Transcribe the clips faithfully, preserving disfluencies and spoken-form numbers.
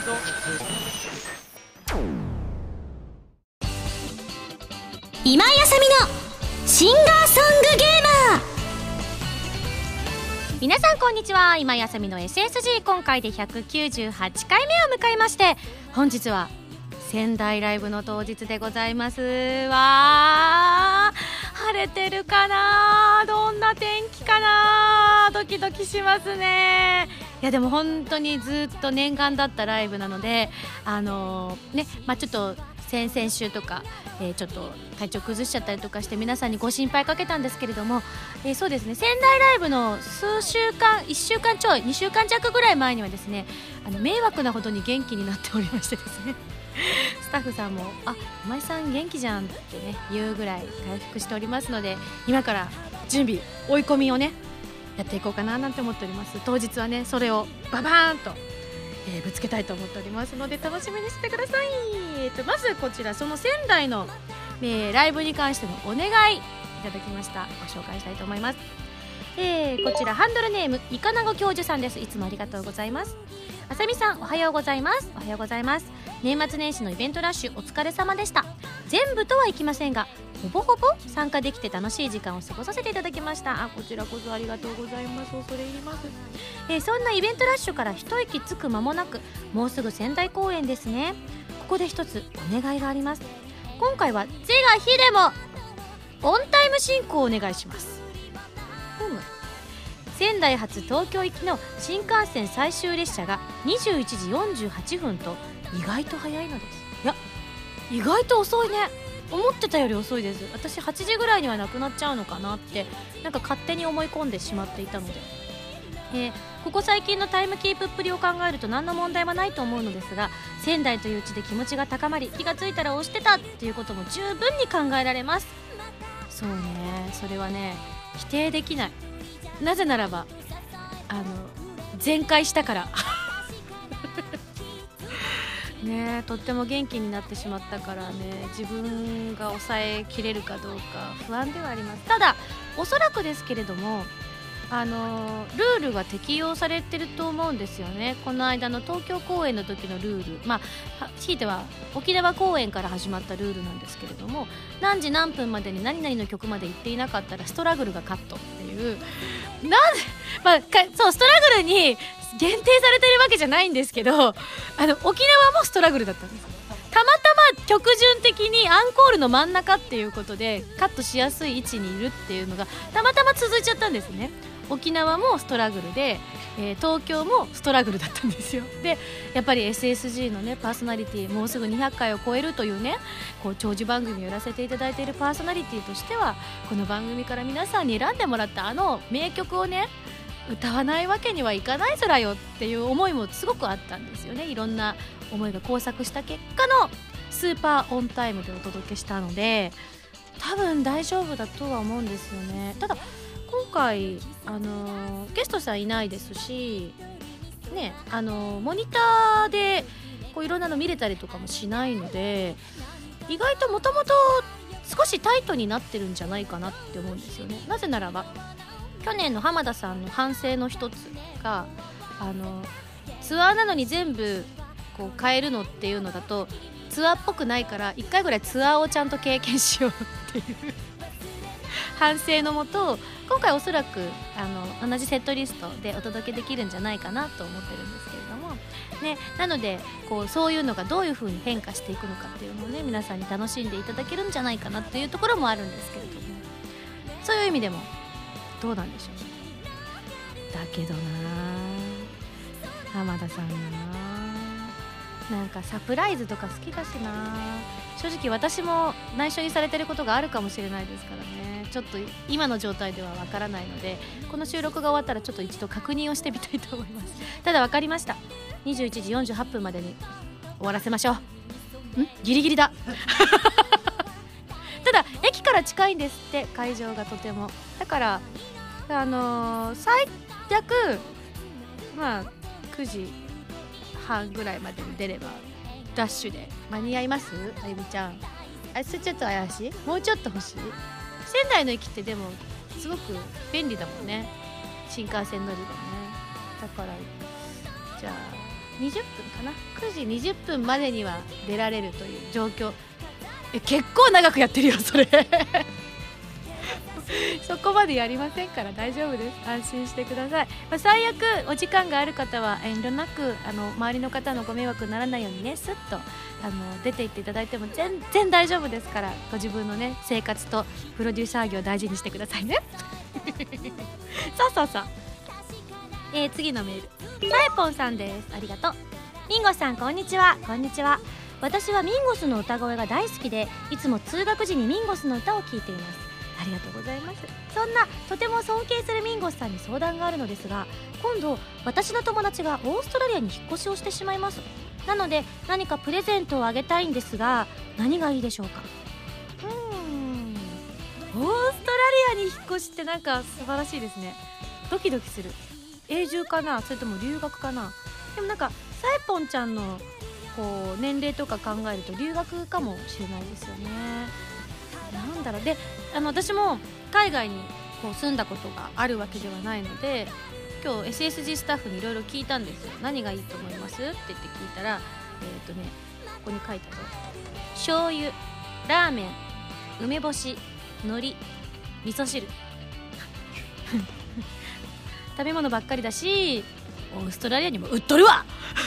と今井あさみのシンガーソングゲーマー。 皆さんこんにちは。今井あさみの エスエスジー 今回でひゃくきゅうじゅうはちかいめを迎えまして、本日は仙台ライブの当日でございます。わー、晴れてるかな、どんな天気かな、ドキドキしますね。いやでも本当にずっと念願だったライブなので、あのー、ね、まあちょっと先々週とか、えー、ちょっと体調崩しちゃったりとかして皆さんにご心配かけたんですけれども、えー、そうですね、仙台ライブの数週間、いっしゅうかんちょい、にしゅうかん弱ぐらい前にはですね、あの迷惑なほどに元気になっておりましてですねスタッフさんもあ、今井さん元気じゃんってね言うぐらい回復しておりますので、今から準備、追い込みをねやっていこうかななんて思っております。当日はねそれをババーンと、えー、ぶつけたいと思っておりますので楽しみにしてください。えー、とまずこちら、その仙台の、えー、ライブに関してのお願いいただきました。ご紹介したいと思います。えー、こちらハンドルネームイカナゴ教授さんです。いつもありがとうございます。あさみさんおはようございます。おはようございます。年末年始のイベントラッシュお疲れ様でした。全部とはいきませんがほぼほぼ参加できて楽しい時間を過ごさせていただきました。あ、こちらこそありがとうございます。恐れ入ります。えー、そんなイベントラッシュから一息つく間もなく、もうすぐ仙台公演ですね。ここで一つお願いがあります。今回は是が非でもオンタイム進行をお願いします。うむ仙台発東京行きの新幹線最終列車がにじゅういちじよんじゅうはっぷんと意外と早いのです。いや、意外と遅いね。思ってたより遅いです。私はちじぐらいにはなくなっちゃうのかなってなんか勝手に思い込んでしまっていたので、えー、ここ最近のタイムキープっぷりを考えると何の問題はないと思うのですが、仙台という地で気持ちが高まり気がついたら押してたっていうことも十分に考えられます。そうね、それはね否定できない。なぜならばあの全開したからね、とっても元気になってしまったからね、自分が抑えきれるかどうか不安ではあります。ただおそらくですけれども、あのルールが適用されてると思うんですよね。この間の東京公演の時のルール、まあひいては沖縄公演から始まったルールなんですけれども、何時何分までに何々の曲まで行っていなかったらストラグルがカットっていう、なんで、まあ、そうストラグルに限定されてるわけじゃないんですけど、あの沖縄もストラグルだったんです。たまたま曲順的にアンコールの真ん中っていうことでカットしやすい位置にいるっていうのがたまたま続いちゃったんですね。沖縄もストラグルで、えー、東京もストラグルだったんですよ。でやっぱり エスエスジー のねパーソナリティ、もうすぐにひゃっかいを超えるというねこう長寿番組をやらせていただいているパーソナリティとしては、この番組から皆さんに選んでもらったあの名曲をね歌わないわけにはいかないぞらよっていう思いもすごくあったんですよね。いろんな思いが交錯した結果のスーパーオンタイムでお届けしたので、多分大丈夫だとは思うんですよね。ただ今回、あのー、ゲストさんいないですし、ね、あのー、モニターでこういろんなの見れたりとかもしないので、意外ともともと少しタイトになってるんじゃないかなって思うんですよね。なぜならば去年の浜田さんの反省の一つが、あのツアーなのに全部こう変えるのっていうのだとツアーっぽくないから、いっかいぐらいツアーをちゃんと経験しようっていう反省のもと、今回おそらくあの同じセットリストでお届けできるんじゃないかなと思ってるんですけれども、ね、なのでこうそういうのがどういう風に変化していくのかっていうのをね皆さんに楽しんでいただけるんじゃないかなっていうところもあるんですけれども、そういう意味でもどうなんでしょう。だけどな浜田さんななんかサプライズとか好きだしな、正直私も内緒にされてることがあるかもしれないですからね。ちょっと今の状態ではわからないので、この収録が終わったらちょっと一度確認をしてみたいと思います。ただ分かりました、にじゅういちじよんじゅうはっぷんまでに終わらせましょう。んギリギリだただ駅から近いんですって、会場がとても。だからあのー、最悪まあくじはんぐらいまでに出ればダッシュで間に合います。あゆみちゃん、あ、それちょっと怪しい、もうちょっと欲しい。仙台の駅ってでもすごく便利だもんね、新幹線乗り場ね。だからじゃあにじゅっぷんかな、くじにじゅっぷんまでには出られるという状況。え結構長くやってるよそれそこまでやりませんから大丈夫です、安心してください。まあ、最悪お時間がある方は遠慮なくあの周りの方のご迷惑にならないようにね、スッとあの出て行っていただいても全然大丈夫ですから、ご自分のね生活とプロデューサー業を大事にしてくださいねさあさあさあ、えー、次のメール、さえぽんさんです。ありがとう。ミンゴスさんこんにちは。こんにちは。私はミンゴスの歌声が大好きで、いつも通学時にミンゴスの歌を聴いています。ありがとうございます。そんなとても尊敬するミンゴスさんに相談があるのですが、今度私の友達がオーストラリアに引っ越しをしてしまいます。なので何かプレゼントをあげたいんですが、何がいいでしょうか。うーんオーストラリアに引っ越しってなんか素晴らしいですね。ドキドキする。永住かな、それとも留学かな。でもなんかさえぽんちゃんのこう年齢とか考えると留学かもしれないですよね。なんだろう。であの私も海外にこう住んだことがあるわけではないので、今日 エスエスジー スタッフにいろいろ聞いたんですよ。何がいいと思いますって言って聞いたら、えっとねここに書いたぞ。醤油、ラーメン、梅干し、海苔、味噌汁食べ物ばっかりだしオーストラリアにも売っとるわ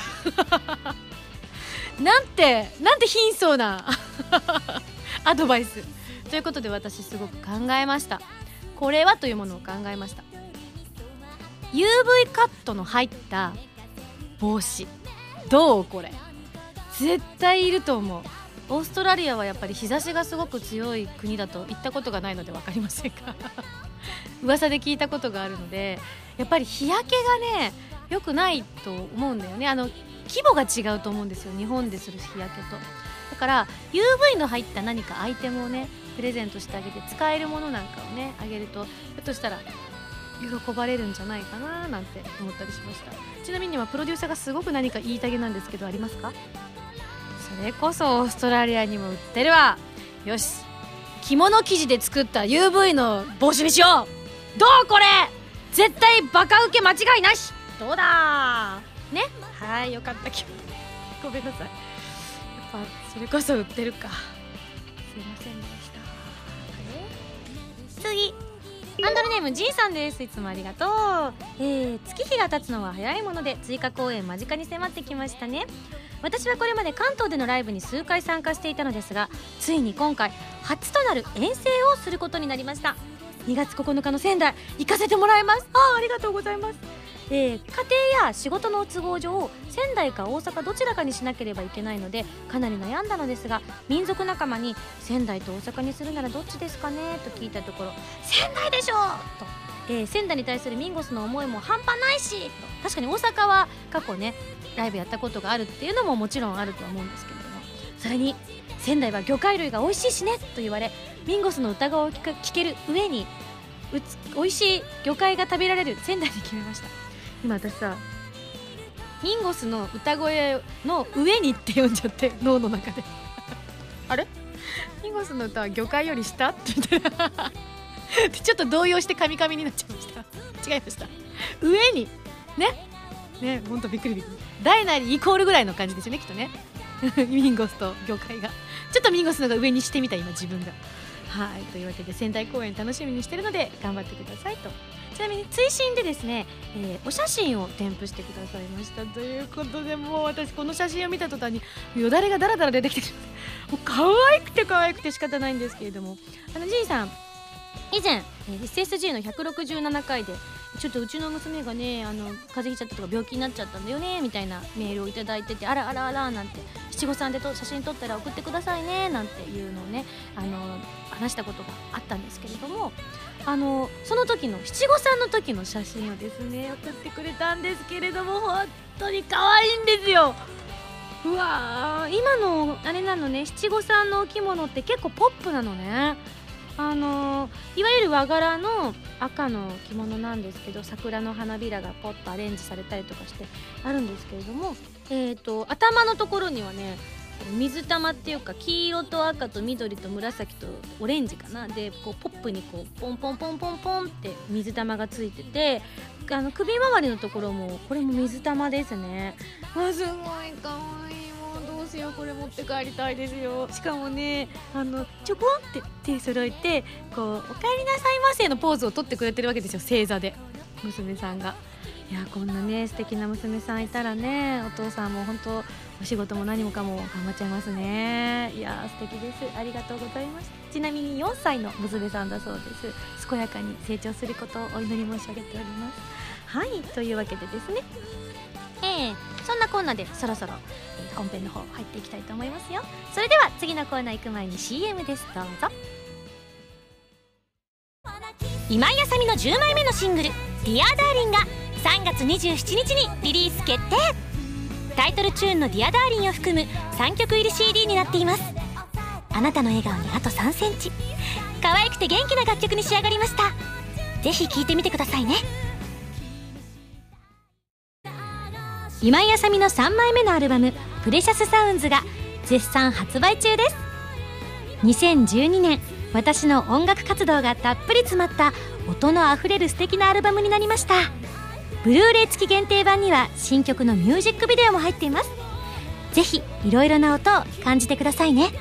なんてなんて貧相なアドバイスということで、私すごく考えました。これはというものを考えました。 ユーブイ カットの入った帽子、どうこれ絶対いると思う。オーストラリアはやっぱり日差しがすごく強い国だと行ったことがないので分かりませんか噂で聞いたことがあるので、やっぱり日焼けがね良くないと思うんだよね。あの規模が違うと思うんですよ、日本でする日焼けと。だから ユーブイ の入った何かアイテムをねプレゼントしてあげて、使えるものなんかをねあげると、ひょっとしたら喜ばれるんじゃないかななんて思ったりしました。ちなみに今プロデューサーがすごく何か言いたげなんですけど、ありますか？それこそオーストラリアにも売ってるわ。よし、着物生地で作った ユーブイ の帽子にしよう。どうこれ絶対バカウケ間違いなし。どうだね。はい、よかった。ごめんなさい。やっぱそれこそ売ってるか。すいませんでした。次、ハンドルネーム G さんです。いつもありがとう。えー、月日が経つのは早いもので、追加公演間近に迫ってきましたね。私はこれまで関東でのライブに数回参加していたのですが、ついに今回初となる遠征をすることになりました。にがつここのかの仙台行かせてもらいます。あー、ありがとうございます。えー、家庭や仕事の都合上、仙台か大阪どちらかにしなければいけないのでかなり悩んだのですが、民族仲間に仙台と大阪にするならどっちですかねと聞いたところ、仙台でしょと、えー、仙台に対するミンゴスの思いも半端ないしと。確かに大阪は過去ねライブやったことがあるっていうのももちろんあるとは思うんですけれども、それに仙台は魚介類が美味しいしねと言われ、ミンゴスの歌声を聞ける上にうつ美味しい魚介が食べられる仙台に決めました。今私さ、ミンゴスの歌声の上にって読んじゃって脳の中であれミンゴスの歌は魚介より下って言ってちょっと動揺してカミカミになっちゃいました。違いました。上にねね、ほんとびっくりびっくり。大なりイコールぐらいの感じですよねきっとねミンゴスと魚介がちょっとミンゴスのが上にしてみた今自分が。はい、というわけで仙台公演楽しみにしてるので頑張ってくださいと。ちなみに追伸でですね、えー、お写真を添付してくださいましたということで、もう私この写真を見た途端によだれがだらだら出てきてもう可愛くて可愛くて仕方ないんですけれども、あの G さん以前 エスエスジー のひゃくろくじゅうななかいでちょっとうちの娘がねあの風邪ひいちゃったとか病気になっちゃったんだよねみたいなメールをいただいてて、あらあらあらなんて、七五三でと写真撮ったら送ってくださいねなんていうのをねあの話したことがあったんですけれども、あのその時の七五三の時の写真をですね送ってくれたんですけれども、本当に可愛いんですよ。うわー、今のあれなのね、七五三のお着物って結構ポップなのね。あのー、いわゆる和柄の赤の着物なんですけど、桜の花びらがポッとアレンジされたりとかしてあるんですけれども、えーと頭のところにはね水玉っていうか黄色と赤と緑と紫とオレンジかなでこうポップにこうポンポンポンポンポンって水玉がついてて、あの首周りのところもこれも水玉ですね。あ、すごいかわいい。もうどうしよう、これ持って帰りたいですよ。しかもね、あのちょこんって手揃えてこうお帰りなさいませのポーズを取ってくれてるわけですよ、正座で娘さんが。いや、こんなね素敵な娘さんいたらね、お父さんも本当お仕事も何もかも頑張っちゃいますね。いや素敵です。ありがとうございます。ちなみによんさいの娘さんだそうです。健やかに成長することをお祈り申し上げております。はい、というわけでですね、えー、そんなコーナーでそろそろ、えー、本編の方入っていきたいと思いますよ。それでは次のコーナー行く前に シーエム です。どうぞ。 今井あさみのじゅうまいめのシングル「ディアダーリンがさんがつにじゅうしちにちにリリース決定。タイトルチューンのディアダーリンを含むさんきょく入り シーディー になっています。あなたの笑顔にあとさんセンチ、可愛くて元気な楽曲に仕上がりました。ぜひ聴いてみてくださいね。今井あさみのさんまいめのアルバム「プレシャスサウンズ」が絶賛発売中です。にせんじゅうにねん、私の音楽活動がたっぷり詰まった音のあふれる素敵なアルバムになりました。ブルーレイ付き限定版には新曲のミュージックビデオも入っています。ぜひいろいろな音を感じてくださいね。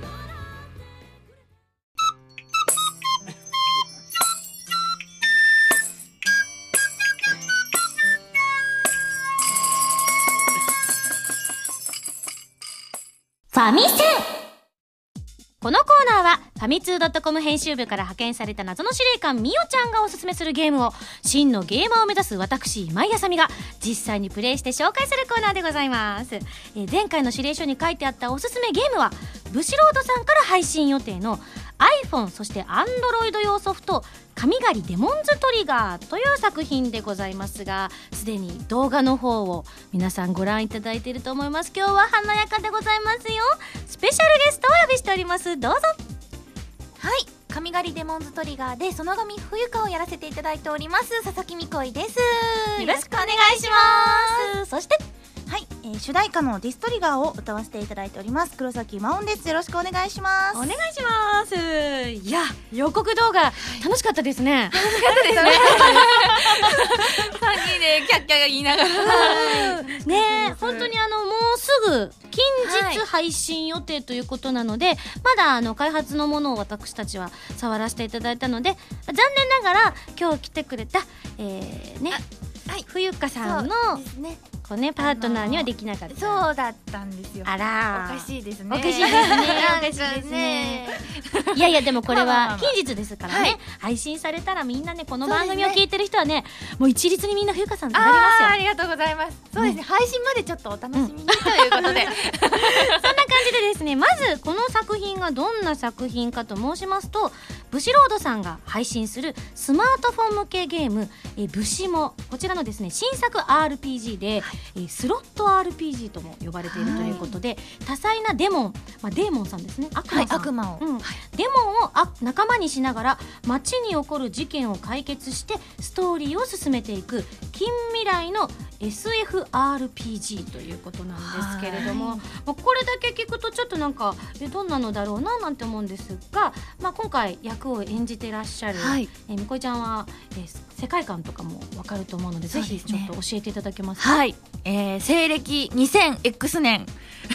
ファミセン。このコーナーはファミツー .com 編集部から派遣された謎の司令官みおちゃんがおすすめするゲームを真のゲーマーを目指す私今井あさみが実際にプレイして紹介するコーナーでございます。えー、前回の指令書に書いてあったおすすめゲームはブシロードさんから配信予定の iPhone そして Android 用ソフト神狩りデモンズトリガーという作品でございますが、すでに動画の方を皆さんご覧いただいていると思います。今日は華やかでございますよ。スペシャルゲストをお呼びしております。どうぞ。 はい、神狩りデモンズトリガーでその神冬香をやらせていただいております佐々木美恋です。 よろしくお願いします。そしてはい、えー、主題歌のディストリガーを歌わせていただいております黒崎真音です。よろしくお願いします。 お願いします。いや、予告動画楽しかったですね。 楽しかったですね。 さんにんでキャッキャが言いながらねえ、本当にあのもうすぐ近日配信予定ということなので、はい、まだあの開発のものを私たちは触らせていただいたので、残念ながら今日来てくれた、えー、ね、はい、冬香さんのね、 こうね、パートナーにはできなかった。 そうだったんですよ。 あらおかしいですね。 おかしいですね。おかしいですね。いやいや、でもこれは近日ですからね、はい、配信されたらみんなね、この番組を聞いてる人はね、もう一律にみんな冬香さんとなりますよ。 あ, ありがとうございます。そうですね、うん、配信までちょっとお楽しみにということで、うん、そんな感じでですね、まずこの作品がどんな作品かと申しますと、ブシロードさんが配信するスマートフォン向けゲームえブシモ、こちらのですね新作 アールピージー で、はい、えスロット アールピージー とも呼ばれているということで、はい、多彩なデモン、まあ、デーモンさんですね、悪魔さん、はい、 悪魔を、 うんはい、デモンをあ仲間にしながら街に起こる事件を解決してストーリーを進めていく近未来の エスエフアールピージー ということなんですけれども、まあ、これだけ聞くとちょっとなんかえどんなのだろうななんて思うんですが、まあ、今回役を演じてらっしゃる、はい、えみこいちゃんは、えー、世界観とかも分かると思うので、ぜひちょっと教えていただけますか。 はい、えー、西暦 にせんエックス 年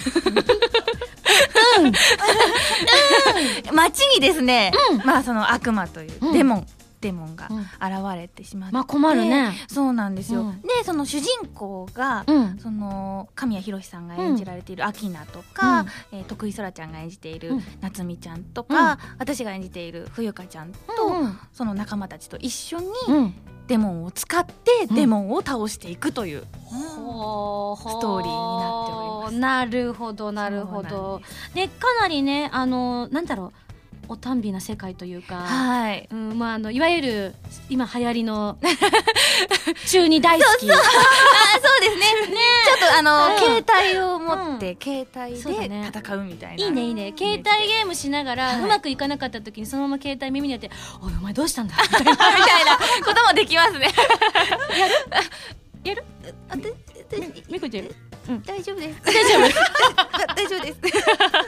うん、うん、街にですね、うん、まあその悪魔というデモン、うん、デモンが現れてしまって、 まあ困るね。 そうなんですよ、うん、でその主人公が、うん、その神谷博さんが演じられているアキナとか、うんえー、徳井空ちゃんが演じている夏美ちゃんとか、うん、私が演じている冬香ちゃんと、うん、その仲間たちと一緒に、うんデモンを使ってデモンを倒していくという、うん、ストーリーになっております。 なるほどなるほど。でかなりね、あのなんだろう、おたんびな世界というか、はいうんまあ、あのいわゆる今流行りの中二大好きそうそうあそうですねねちょっとあの、うん、携帯を持って、うん、携帯で戦うみたいな、 いいねいいね。携帯ゲームしながら、はい、うまくいかなかった時にそのまま携帯耳にやって「おいお前どうしたんだ」みたいなみたいなこともできますねやるやるあでみこちゃんうん、大丈夫です。 大丈夫です。 大丈夫です。 はい、そして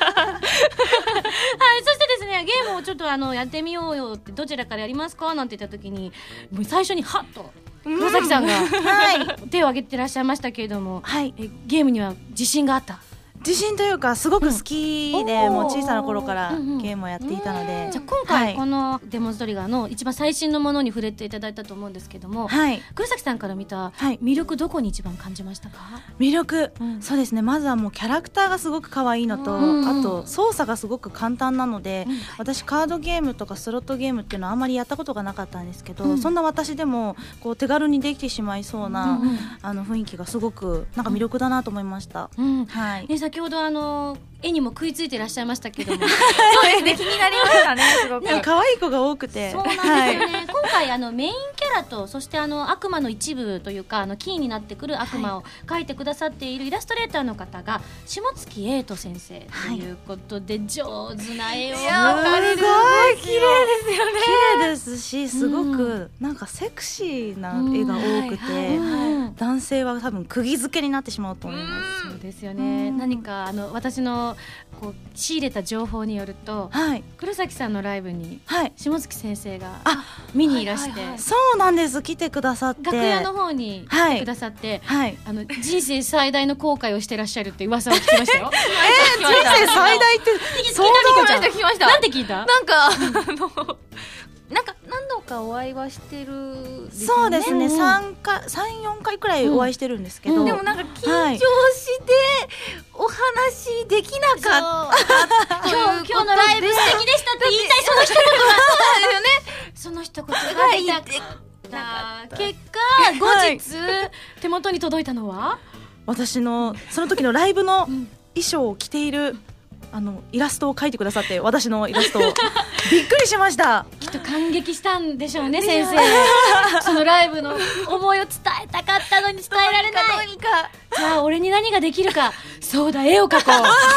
ですね、ゲームをちょっとあのやってみようよってどちらからやりますかなんて言った時に、もう最初にハッと黒崎さんが、はい、手を挙げてらっしゃいましたけれども、はい、えゲームには自信があった？ 自信というかすごく好きで、うん、もう小さな頃からゲームをやっていたので、 じゃあ今回このデモンストリガーの一番最新のものに触れていただいたと思うんですけども、はい、黒崎さんから見た魅力、どこに一番感じましたか？ 魅力、うん、そうですね、まずはもうキャラクターがすごく可愛いのと、うん、あと操作がすごく簡単なので、うん、私カードゲームとかスロットゲームっていうのはあんまりやったことがなかったんですけど、うん、そんな私でもこう手軽にできてしまいそうな、うんうん、あの雰囲気がすごくなんか魅力だなと思いました、うん、はい、 ね、先ほどあの絵にも食いついていらっしゃいましたけどもそうですね、気になりましたね、すごくね、可愛い子が多くて。 そうなんですよね、はい、今回あのメインキャラと、そしてあの悪魔の一部というか、あのキーになってくる悪魔を描いてくださっているイラストレーターの方が下月瑛斗先生ということで、はい、上手な絵を、 いやすごい綺麗ですよね。綺麗ですし、すごくなんかセクシーな絵が多くて、男性は多分釘付けになってしまうと思います。 そうですよね。何かあの私のこう仕入れた情報によると、はい、黒崎さんのライブに下月先生が見にいらして、はいはいはい、 そうなんです、来てくださって、 楽屋の方に来てくださって、はい、あの人生最大の後悔をしてらっしゃるって噂を聞きましたよ。 えー、人生最大ってそうだ聞きました。 なんで聞いた？ なんかあのなんか何度かお会いはしてるですよね。 そうですね、さんかいさん、よんかいくらいお会いしてるんですけど、うん、 でもなんか緊張してお話できなかった、 はい、今日、今日のライブ素敵でしたって言いたいその一言がそうですよね、その一言が言いたかった結果後日、はい、手元に届いたのは私のその時のライブの衣装を着ているあのイラストを描いてくださって、私のイラストをびっくりしました。 きっと感激したんでしょうね、先生。そのライブの思いを伝えたかったのに伝えられない。 どうにかじゃあ俺に何ができるか。そうだ、絵を描こう。素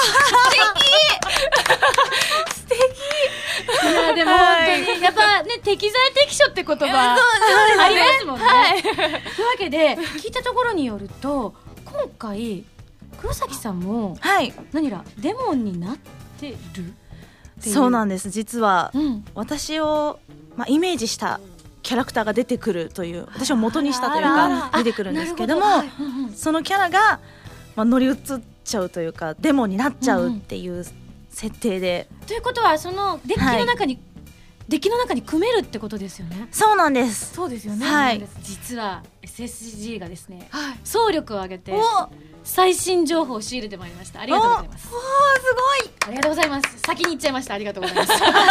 敵素敵。いやでも本当にやっぱね、適材適所って言葉ありますもんね、はい、というわけで聞いたところによると、今回黒崎さんも、はい、何らデモンになってるっていう。 そうなんです、実は、うん、私を、まあ、イメージしたキャラクターが出てくるという、私を元にしたというか出てくるんですけども、はい、そのキャラが、まあ、乗り移っちゃうというかデモンになっちゃうっていう設定で、 うん、ということはそのデッキの中に、はい、デッキの中に組めるってことですよね。 そうなんです。 そうですよね、 はい、 実は エスエスジー がですね、はい、総力を挙げて最新情報を仕入れてまいりました。ありがとうございます。 おー、すごい、 ありがとうございます。先に言っちゃいました。ありがとうございます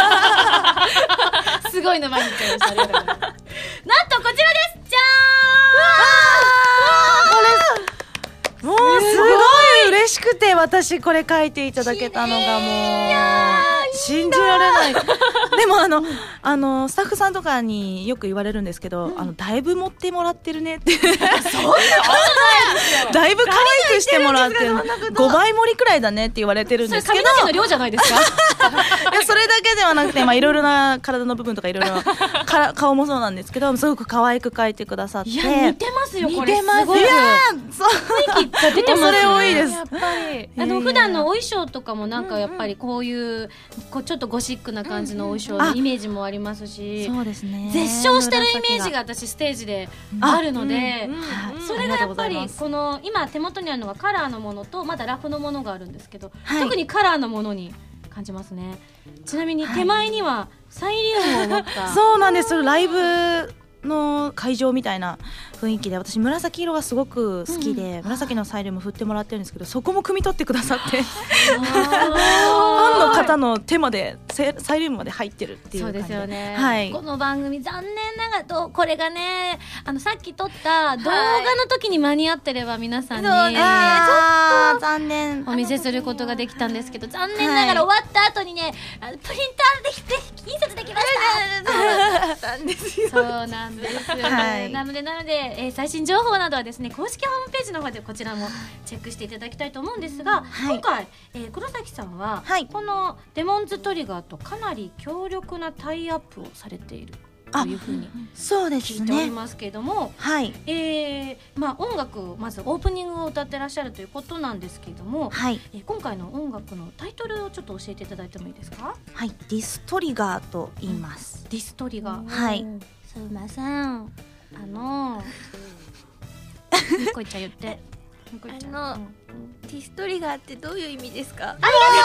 すごいの前に言っちゃいました。ありがとうございます。なんとこちらです。じゃーん、もうすごい嬉しくて、私これ書いていただけたのがもう信じられない。でもあのあのスタッフさんとかによく言われるんですけど、うん、あのだいぶ持ってもらってるねって。そんなことないですよ。だいぶ可愛くしてもらってる、ごばい盛りくらいだねって言われてるんですけど、 それ髪の毛の量じゃないですか。 いや、それだけではなくて、まあいろいろな体の部分とかいろいろ顔もそうなんですけど、すごく可愛く描いてくださって。 いや、似てますよ、これ。 似てます。いやー、そう雰囲気が出てますね。 それ多いです。 やっぱりあの普段のお衣装とかもなんかやっぱりこういうこうちょっとゴシックな感じのお衣装のイメージもありますし、 そうですね、 絶唱してるイメージが私ステージであるので、それがやっぱりこの今手元にあるのがカラーのものとまだラフのものがあるんですけど、はい、特にカラーのものに感じますね。ちなみに手前にはサイリウムを持った、はい、 そうなんです。ライブの会場みたいな雰囲気で、私紫色がすごく好きで、うん、紫のサイリウム振ってもらってるんですけど、そこも汲み取ってくださってファンの方の手までサイリウムまで入ってるっていう感じで。 そうですよね、 はい、 この番組残念ながらとこれがね、あのさっき撮った動画の時に間に合ってれば皆さんに、 はい、あー残念お見せすることができたんですけど、残念ながら終わった後にね、はい、プリンターで印刷できましたそうなんですよ。そうなんですよ、はい、なのでなので、えー、最新情報などはですね、公式ホームページの方でこちらもチェックしていただきたいと思うんですが、はい、今回、えー、黒崎さんは、はい、このデモンズトリガーとかなり強力なタイアップをされている。 というふうにそうです聞いておりね。 ますけれども、 はい。 えーまあ、音楽まずオープニングを歌ってらっしゃるということなんですけれども、 はい。 えー今回の音楽のタイトルをちょっと教えていただいてもいいですか？ はい。ディストリガーと言います。 ディストリガー。 はい。 すいません、あのニコイちゃん言ってニコイちゃんあのうんディストリガーってどういう意味ですか？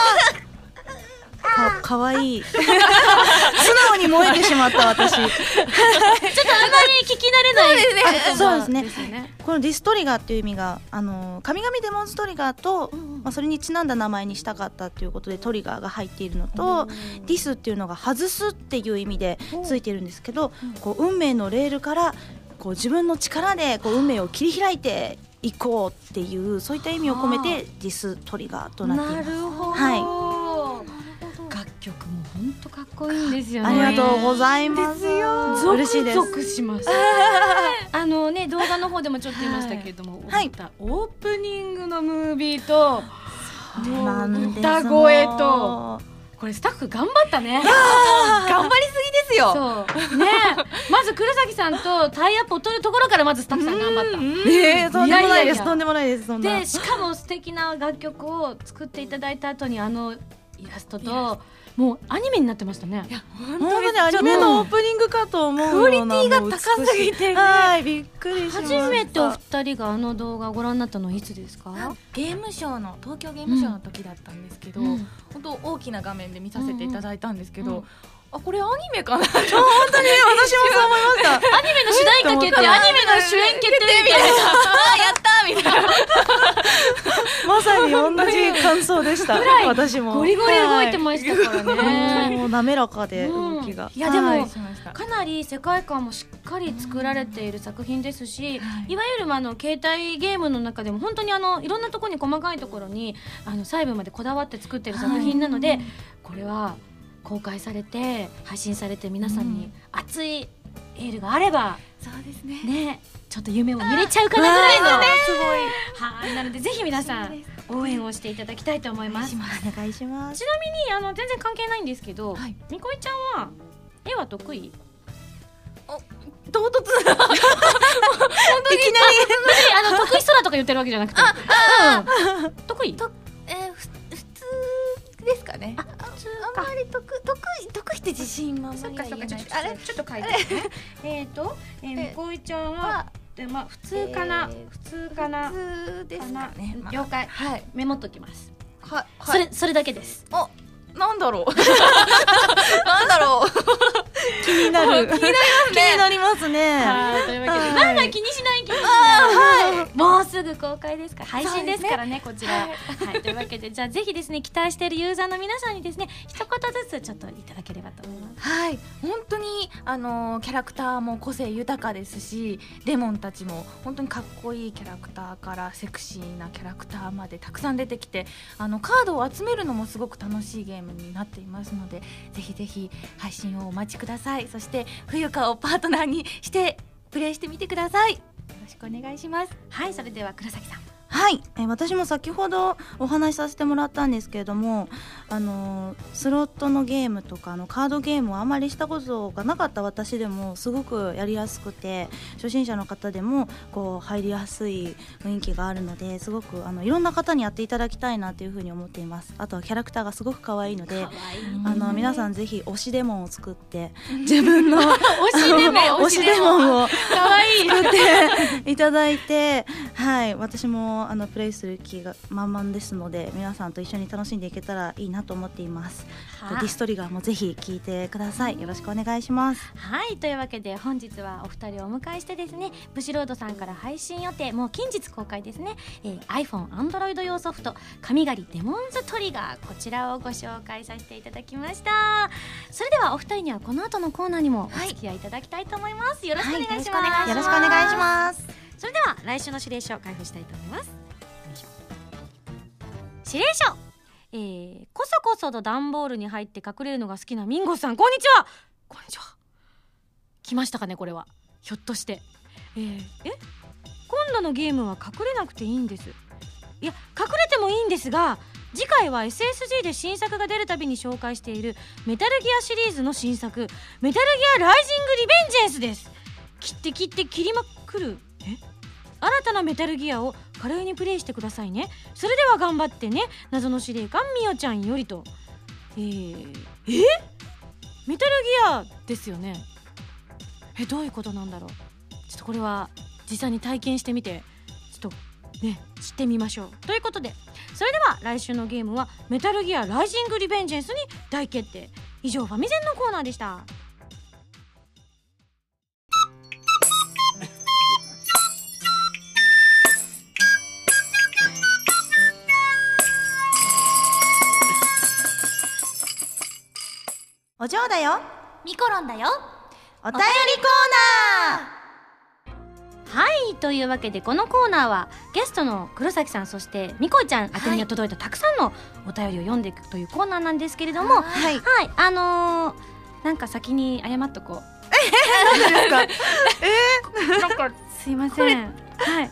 か、かわいい。素直に燃えてしまった私。 ちょっとあんまり聞き慣れない言葉そうですねですよね。 このディストリガーっていう意味が、あの神々デモンズトリガーと、 うんうんまあ、それにちなんだ名前にしたかったっていうことでトリガーが入っているのと、ディスっていうのが外すっていう意味でついてるんですけど、こう運命のレールからこう自分の力でこう運命を切り開いていこうっていうそういった意味を込めてディストリガーとなっています。 なるほど、 は楽曲も本当かっこいいんですよね。 ありがとうございます。嬉しいです。 ゾクゾクします。あのね、動画の方でもちょっと言いましたけれども、 はい歌オープニングのムービーとそうなんです歌声とこれスタッフ頑張ったね。 頑張りすぎですよ。 そうね、まず黒崎さんとタイアップを取るところからまずスタッフさん頑張った。 えー、とんでもないです。 いやいやいやとんでもないです。そんなでしかも素敵な楽曲を作っていただいた後にあのイラストともうアニメになってましたね。 本当にアニメのオープニングかと思うような、 クオリティが高すぎてねはい、びっくりしま初した。 めてお二人があの動画をご覧になったのはいつですか？ ゲームショーの東京ゲームショーの時だったんですけど、 うん本当大きな画面で見させていただいたんですけど、 うんうんあこれアニメかな。 本当に私もそう思いました。 アニメの主題歌決定、アニメの主演決定みたいな。 あやったみたいな。 まさに同じ感想でした。私もゴリゴリ動いてましたからはいね。 もう滑らかで動きが。 うんいやでもはいしました。 かなり世界観もしっかり作られている作品ですし、いわゆるまああの携帯ゲームの中でも本当にあのいろんなところに細かいところにあの細部までこだわって作っている作品なので、これは公開されて配信されて皆さんに熱いエールがあれば、 そうですね。 ね、ちょっと夢を見れちゃうかなぐらいの、 すはい、なのでぜひ皆さん応援をしていただきたいと思います。 ごい。お願いしますち。なみにあの全然関係ないんですけど、 はいみこいちゃんは絵は得意？ 唐突。 いきなりあの得意空とか言ってるわけじゃなくて、うん、得意？ えー、ふ普通ですかね。 あ、普通あんまり得得意得意って自信満々には言えない。 あれちょっと書いてね。えっと、えー、みこいちゃんははでまあ普通かな、 えー普通かな普通ですかね。まあ了解。 はいメモっときます。 はそれそれだけです。 おなんだろう。なんだろう。 気になる。気になりますね。気になりますね。 はい、というわけで、 はいまあまあ気にしない気にしない。もうすぐ公開ですから、配信ですからね、こちら。はい、というわけで、じゃあぜひですね、期待しているユーザーの皆さんにですね、一言ずつちょっといただければと思います。 はい、本当にあのキャラクターも個性豊かですし、デモンたちも本当にかっこいいキャラクターからセクシーなキャラクターまでたくさん出てきて、あのカードを集めるのもすごく楽しいゲームになっていますので、ぜひぜひ配信をお待ちください。そして冬香をパートナーにしてプレイしてみてください。よろしくお願いします。 はい、それでは黒崎さん。 はい、えー私も先ほどお話しさせてもらったんですけれども、あのースロットのゲームとかあのカードゲームをあまりしたことがなかった私でもすごくやりやすくて、初心者の方でもこう入りやすい雰囲気があるので、すごくあのいろんな方にやっていただきたいなというふうに思っています。あとはキャラクターがすごく可愛いので、あの皆さんぜひ推しデモンを作って自分の推しデモン推しデモンを可愛い作っていただいて、はい、私もあのプレイする気が満々ですので、皆さんと一緒に楽しんでいけたらいいなと思っています。 はいディストリガーもぜひ聞いてください。よろしくお願いします。 はい、というわけで本日はお二人をお迎えしてですね、ブシロードさんから配信予定、もう近日公開ですね、えー、iPhone、Android 用ソフト神々デモンズトリガー、こちらをご紹介させていただきました。それではお二人にはこの後のコーナーにもお付き合いいただきたいと思います。よろしくお願いします。 よろしくお願いします。 それでは来週の指令書を開封したいと思います。よいしょ。指令書、えー、こそこそと段ボールに入って隠れるのが好きなミンゴさん、こんにちは。こんにちは。来ましたかね、これは。ひょっとして、えー、え今度のゲームは隠れなくていいんです。いや、隠れてもいいんですが、 次回は エスエスジー で新作が出るたびに紹介しているメタルギアシリーズの新作メタルギアライジングリベンジェンスです。切って切って切りまくるえ新たなメタルギアを華麗にプレイしてくださいね。それでは頑張ってね、謎の司令官みおちゃんよりと。えー、えメタルギアですよね。えどういうことなんだろう。ちょっとこれは実際に体験してみてちょっとね知ってみましょうということで、それでは来週のゲームはメタルギアライジングリベンジェンスに大決定。以上ファミセンのコーナーでした。 お嬢だよ、 ミコロンだよ、 お便りコーナー。 はい、というわけでこのコーナーはゲストの黒崎さんそしてみこちゃん宛てに届いたたくさんのお便りを読んでいくというコーナーなんですけれども、はい、はい、あのー、なんか先に謝っとこう。 え何ですかえー、なんかすいません、はい、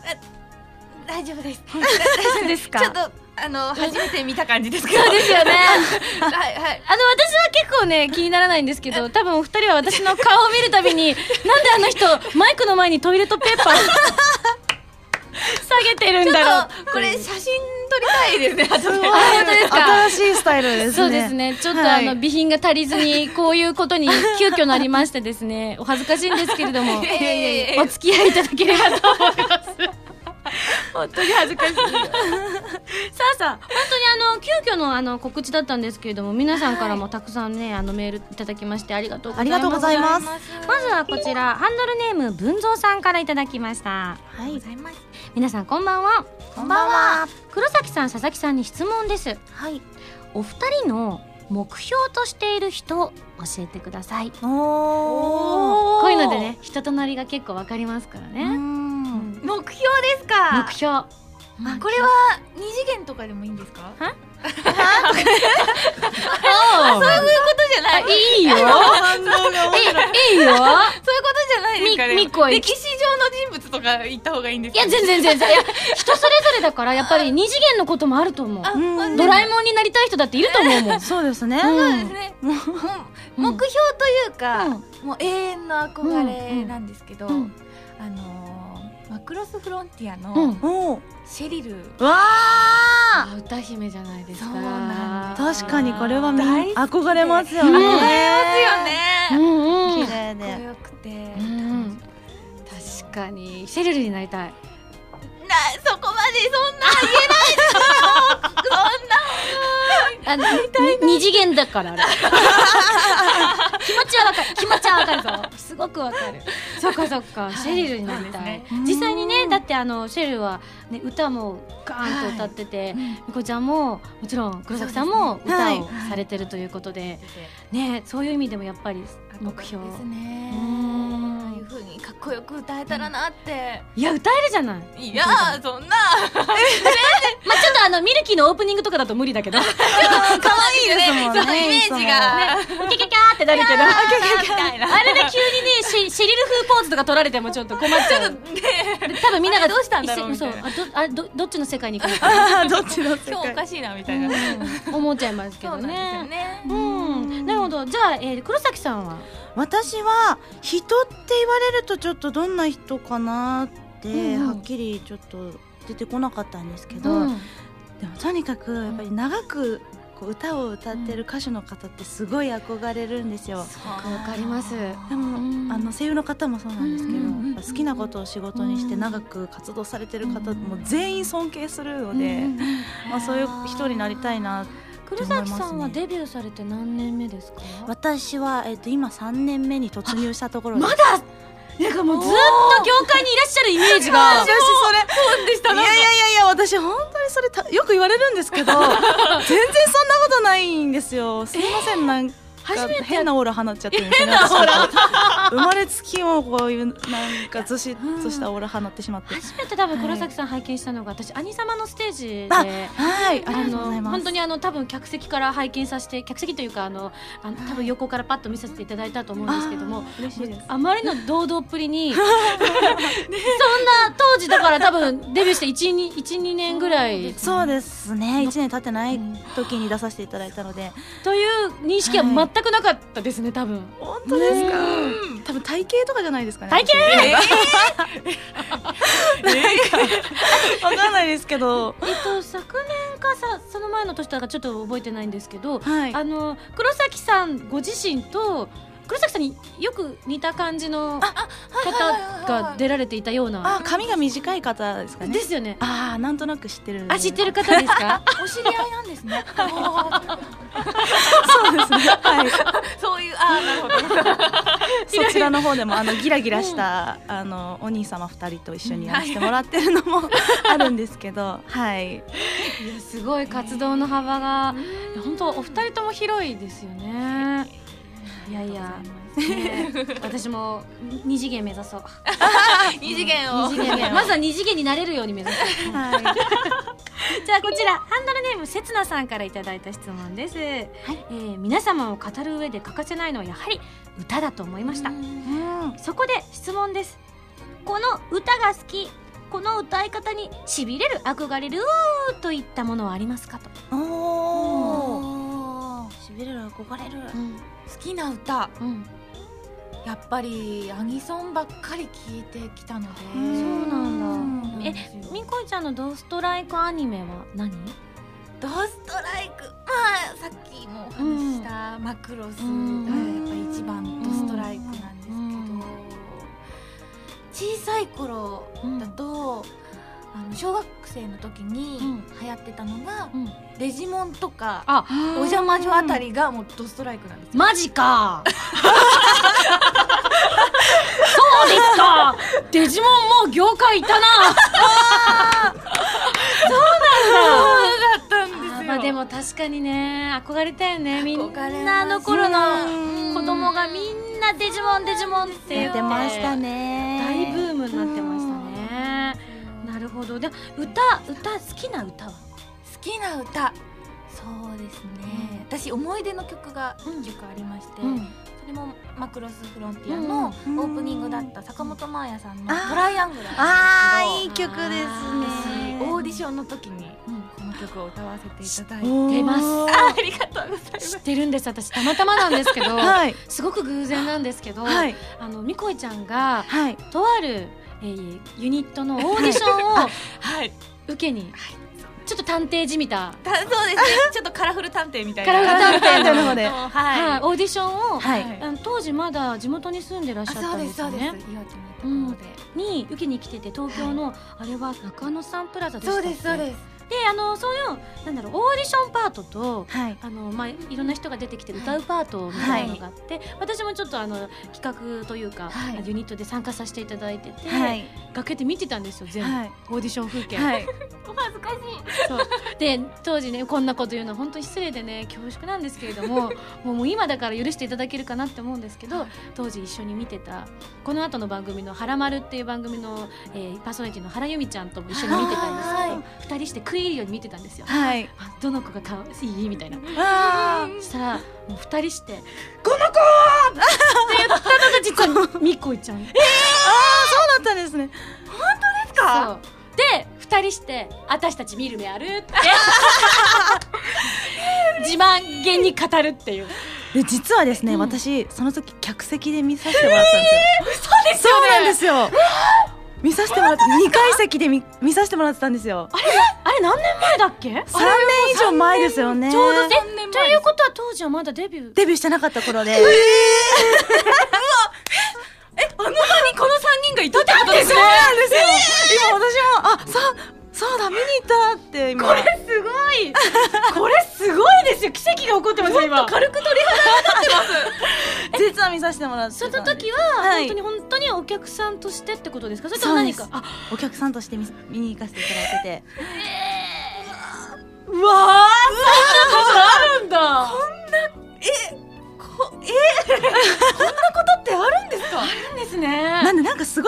大丈夫です。 大丈夫ですか。 ちょっとあの初めて見た感じですけど。 そうですよね。はいはい。 あの私は結構ね気にならないんですけど、多分お二人は私の顔を見るたびになんであの人マイクの前にトイレットペーパー下げてるんだろう。 これ写真撮りたいですね。 すごい。 本当ですか。 新しいスタイルですね。 そうですね。ちょっと、はい、あの備品が足りずにこういうことに急遽なりましてですね、お恥ずかしいんですけれども、えー、お付き合いいただければと思います。本当に恥ずかしい。さあさあ、本当にあの急遽のあの告知だったんですけれども、皆さんからもたくさんねあのメールいただきましてありがとうございます。 ありがとうございます。 まずはこちらハンドルネーム文蔵さんからいただきました。 はい。 皆さんこんばんは。 こんばんは。 黒崎さん、佐々木さんに質問です。 はい。 お二人の目標としている人教えてください。 おこういうのでね人となりが結構わかりますからね。うん、 目標ですか。 目標。 あ、これは二次元とかでもいいんですか。は？ は？ そういうことじゃない。 いいよ。 反応が面白い。 いいよ。そういうことじゃないですかね。 みこ歴史上の人物とか言った方がいいんですか。 いや全然全然。いや人それぞれだからやっぱり二次元のこともあると思う。ドラえもんになりたい人だっていると思うもん。 そうですね。 そうですね。目標というかもう永遠の憧れなんですけど、あのマクロスフロンティアのシェリル。 わあ、歌姫じゃないですか。 確かにこれはみんな憧れますよね。 憧れますよね。 綺麗でかっこよくて。 確かにシェリルになりたい。 な、そこまでそんな言えないですよ。そんな。 あの二次元だからあれ。気持ちはわかる。気持ちはわかるぞ。すごくわかる。そっかそっか。シェリルになりたい。実際にね、だってあのシェリルはね歌もガーンと歌ってて、みこちゃんももちろん黒崎さんも歌をされてるということで、ね、そういう意味でもやっぱり目標ですね。ああいう風にかっこよく歌えたらなって。 いや歌えるじゃない。 いやそんな。 まあちょっとあのミルキーのオープニングとかだと無理だけど。可愛いですもんね。そのイメージがキャキャキャーってなるけど。あれで急にねシェリル風ポーズとか取られてもちょっと困っちゃう。多分みんながどうしたんだろうみたいな。 あどどっちの世界に行くのか。 どっちの世界。 今日おかしいなみたいな思っちゃいますけどね。 そうなんですよね。 うん。なるほど。じゃあ黒崎さんは。 私は人って言われるとちょっとどんな人かなってはっきりちょっと出てこなかったんですけど、でもとにかくやっぱり長くこう歌を歌ってる歌手の方ってすごい憧れるんですよ。 わかります。 でもあの声優の方もそうなんですけど、やっぱ好きなことを仕事にして長く活動されてる方も全員尊敬するので、まあそういう人になりたいなって。 黒崎さんはデビューされて何年目ですか。 私は、えー、と今さんねんめに突入したところです。 まだなんかもうずっと業界にいらっしゃるイメージが。 私それそうでした。いやいやいやいや私本当にそれたよく言われるんですけど全然そんなことないんですよ。すみませんなん初めて変なオーラ放っちゃってるんですよね。生まれつきもこういうなんかずしっとしたオーラ放ってしまって、 初めて多分黒崎さん拝見したのが、私兄様のステージで、 はい、ありがとうございます。 本当にあの多分客席から拝見させて、客席というかあのあの多分横からパッと見させていただいたと思うんですけども、 嬉しいです。 あまりの堂々っぷりにそんな当時だから多分デビューしていち、にねんぐらい、 そうですね、いちねん経ってない時に出させていただいたので、 という認識は全くなかったですね、多分。 本当ですか？多分体型とかじゃないですかね。 体型？ わかんないですけど、 えっと昨年かさその前の年とかちょっと覚えてないんですけど、 はい、 あの黒崎さんご自身と黒崎さんによく似た感じの方が出られていたような。 あ、髪が短い方ですかね。 ですよね。 ああ、なんとなく知ってる。 あ、知ってる方ですか？ お知り合いなんですね。 そうですね。はい。 そういう、ああ、なるほど。 そちらの方でもあのギラギラした、うん、あのお兄様二人と一緒にやらせてもらってるのもあるんですけど、はい。いや、 すごい活動の幅が本当お二人とも広いですよね。いやいや、ね、私も二次元目指そう。 二次元を。 二次元まずは二次元になれるように目指そう。はい。じゃあこちらハンドルネームせつなさんからいただいた質問です。はい、えー、皆様を語る上で欠かせないのはやはり歌だと思いました。そこで質問です。この歌が好き、この歌い方にしびれる、憧れるといったものはありますかと。 おー、 しびれる、憧れる、 うん、好きな歌、 うん、 やっぱりアニソンばっかり聴いてきたので。 そうなんだ。え、みこいちゃんのドストライクアニメは何？ ドストライク、まあさっきもお話ししたマクロスがやっぱり一番ドストライクなんですけど、小さい頃だと、あの小学生の時に流行ってたのが、うん、デジモンとかあお邪魔女あたりがもうドストライクなんですよ。 マジか。そうですか。デジモンもう業界いたな。そうなんだ。 そうだったんですよ。 まあでも確かにね、憧れたよね。みんなあの頃の子供がみんなデジモンデジモンって言ってましたね。 大ブームになってましたね。なるほど。で、歌歌好きな歌は？ 好きな歌、そうですね、うん、私思い出の曲がいっきょくありまして、うん、それもマクロスフロンティアのオープニングだった坂本真綾さんのトライアングル。 あー、いい曲ですね。 オーディションの時にこの曲を歌わせていただいてます。 あ, ありがとうございます。 知ってるんです。私たまたまなんですけど、はい、すごく偶然なんですけど、はい、あのみこいちゃんが、はい、とある、えー、ユニットのオーディションを、はい、受けに、はい、ちょっと探偵じみた、 そうですね、ちょっとカラフル探偵みたいな、 カラフル探偵の方で、 はいはい、オーディションを、はい、あの当時まだ地元に住んでらっしゃったんですよね。 そうです、そうです、岩手のところで、 うん、に受けに来てて、東京の、はい、あれは中野サンプラザでしたっけ？ そうです、そうです。 で、あのそういうなんだろう、オーディションパートと、はい、あのまあいろんな人が出てきて歌うパートみたいなのがあって、はい、私もちょっとあの企画というか、はい、ユニットで参加させていただいてて、はい、楽屋で見てたんですよ、全部、はい、オーディション風景、はい、 お恥ずかしい。 そうで、当時ね、こんなこと言うのは本当に失礼でね、恐縮なんですけれどももうもう今だから許していただけるかなって思うんですけど、当時一緒に見てたこの後の番組のはらまるっていう番組の、えー、パーソナリティの原由美ちゃんとも一緒に見てたんですけど、ふたりして食い入るように見てたんですよ、はい、どの子がかわいいみたいな。そしたらもうふたりしてこの子って言ったのが実はみこいちゃん。えー、ああ、そうだったんですね。 本当ですか？ そうで、ふたりして私たち見る目あるって自慢げに語るっていう。 で、実はですね、うん、私その時客席で見させてもらったんですよ。 えー、嘘ですよね。 そうなんですよ。見させてもらってにかい席で 見, 見させてもらってたんですよ。 あれあれ何年前だっけ？ さんねん以上前ですよね。 ちょうどさんねんまえ。ということは当時はまだデビューデビューしてなかった頃で。えー、 え、あの場にこのさんにんがいたってことですね。 そうなんですよ。今私もあ、さそうだ、見に行ったって今。 これすごいこれすごいですよ。奇跡が起こってますよ今。 軽く鳥肌になってます実は見させてもらってた。 その時は、はい、本当に本当にお客さんとしてってことですか？それとも何か？ あ、お客さんとして 見, 見に行かせていただいてて、 えー、うわー、そんなことあるんだ。 こんな、えこ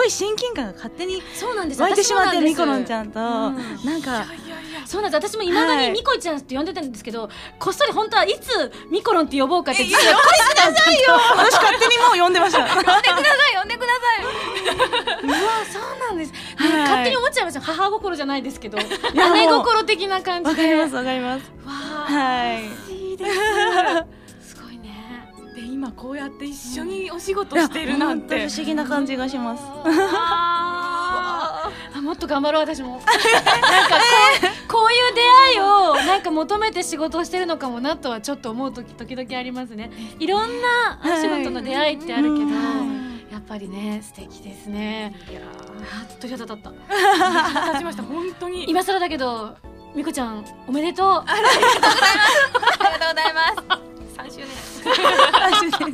ごい親近感が勝手にそうなんです湧いてしまって私もなんですミコロンちゃんと、うん、なんかそうなんです。私もいまだにミコちゃんって呼んでたんですけど、はい、こっそり本当はいつミコロンって呼ぼうかって実は呼んでくださいよ私勝手にもう呼んでました呼んでください呼んでくださいうわそうなんです、はい、勝手に思っちゃいました。母心じゃないですけど姉心的な感じでわかりますわかります。 わはいいいですすごいね。 で今こうやって一緒にお仕事してるなんて不思議な感じがしますあもっと頑張ろう私もなんかこう、こういう出会いをなんか求めて仕事をしてるのかもなとはちょっと思う時時々ありますね。いろんなお仕事の出会いってあるけど、やっぱりね素敵ですね。いやー鳥肌立った立ちました本当に。 今更だけどみこちゃんおめでとう。 ありがとうございますありがとうございますさんしゅうねん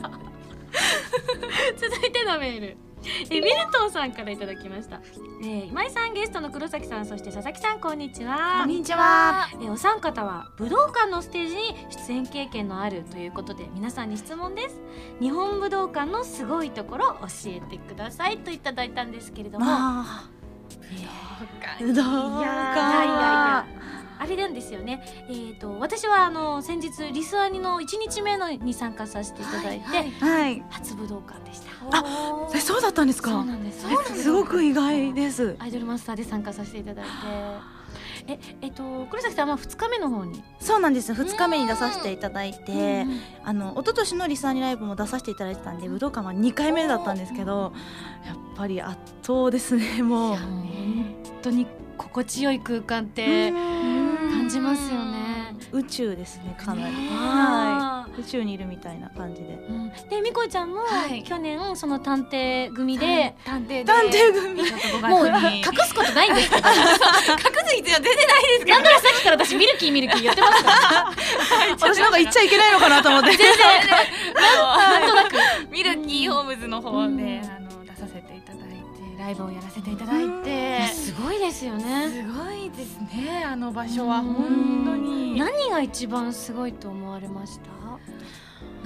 続いてのメールえウィルトンさんからいただきました。えー、今井さんゲストの黒崎さんそして佐々木さんこんにちは。 こんにちは。 えー、お三方は武道館のステージに出演経験のあるということで皆さんに質問です。日本武道館のすごいところ教えてくださいといただいたんですけれども、まあ、 武道館いやいやいやあれなんですよね、えー、と私はあの先日リスアニのいちにちめのに参加させていただいて、はいはい、 初武道館でした。 あそうだったんですか。 そうなんです。 すごく意外です。 アイドルマスターで参加させていただいてえ、えっと、黒崎さんはふつかめの方に。 そうなんです。ふつかめに出させていただいて、あの一昨年のリスアニライブも出させていただいてたんで武道館はにかいめだったんですけど、やっぱり圧倒ですね。もう本当に心地よい空間って感じますよね。 宇宙ですねかなり、はい、宇宙にいるみたいな感じで、 うん、でみこちゃんも、はい、去年その探偵組で、はい、 探偵で探偵組もう隠すことないんですけど隠す必要出てないですけど、 なんならさっきから私ミルキーミルキー言ってますから私なんか言っちゃいけないのかなと思って全然なんとなくミルキーホームズの方で、うん、あの出させていただいてライブをやらせていただいて、 すごいですよね。 すごいですね。あの場所は本当に。 何が一番すごいと思われました？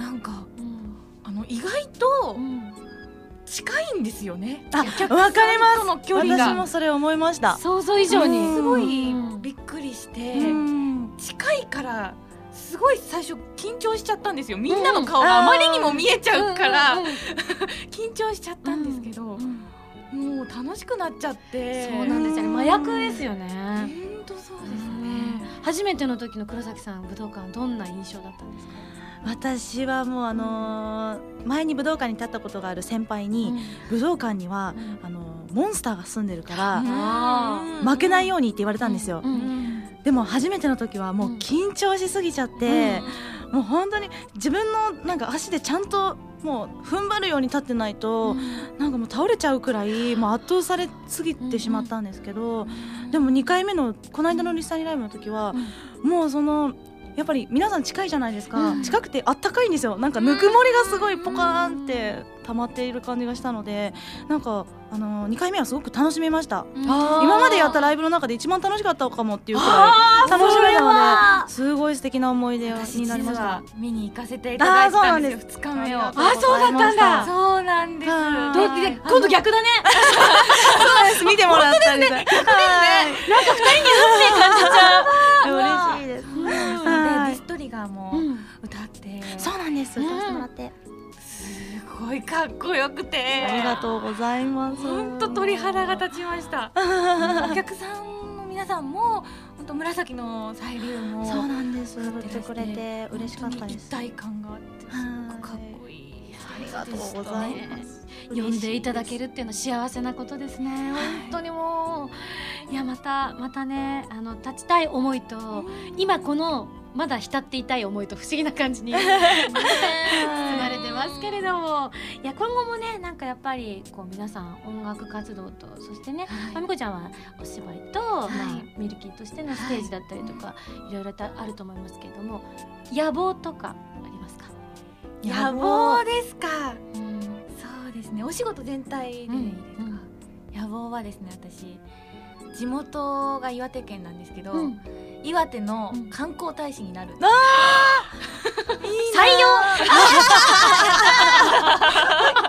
なんか、うん、あの意外と近いんですよね。 あ、わかります。の距離が私もそれ思いました。 想像以上にすごいびっくりして、近いからすごい最初緊張しちゃったんですよ。みんなの顔があまりにも見えちゃうから緊張しちゃったんですけど、もう楽しくなっちゃって。 そうなんですよね。麻薬ですよね。 本当そうですね。 初めての時の黒崎さん武道館どんな印象だったんですか？ 私はもうあのー、前に武道館に立ったことがある先輩に、うん、武道館には、うん、あのモンスターが住んでるから、うん、負けないようにって言われたんですよ、うんうん、でも初めての時はもう緊張しすぎちゃって、うん、もう本当に自分のなんか足でちゃんともう踏ん張るように立ってないと、うん、なんかもう倒れちゃうくらいもう圧倒されすぎてしまったんですけど、うん、でもにかいめのこの間のリスアニライブの時は、うん、もうそのやっぱり皆さん近いじゃないですか、うん、近くてあったかいんですよ。なんかぬくもりがすごいポカーンって溜まっている感じがしたので、なんかあのー、にかいめはすごく楽しめました。今までやったライブの中で一番楽しかったかもっていうくらい楽しめたので、すごい素敵な思い出になりました。 見に行かせていただいたんですよ。ふつかめを。 あ、そうだったんだ。 そうなんです。 今度逆だね。 そうです。見てもらったんです。なんかふたりに運命感じちゃう。嬉しいです。 ディストリガーも歌って、 そうなんです。歌ってもらって。 すごいかっこよくて、 ありがとうございます。 本当鳥肌が立ちました。お客さんの皆さんも本当紫のサイリウムもそうなんです。歌ってくれて嬉しかったです。 一体感があってすごくかっこいい。 ありがとうございます。 呼んでいただけるっていうのは幸せなことですね。本当にもういやまたまたね、あの立ちたい思いと今このまだ浸っていたい思いと不思議な感じに包まれてますけれども、いや今後もねなんかやっぱりこう皆さん音楽活動とそしてね、はい、まみこちゃんはお芝居と、はいまあ、ミルキーとしてのステージだったりとか、はい、いろいろあると思いますけれども、野望とかありますか？ 野望ですか、うん、そうですね。お仕事全体でいいですか、うんうん、野望はですね、私地元が岩手県なんですけど、うん、岩手の観光大使になる、うん、あ採用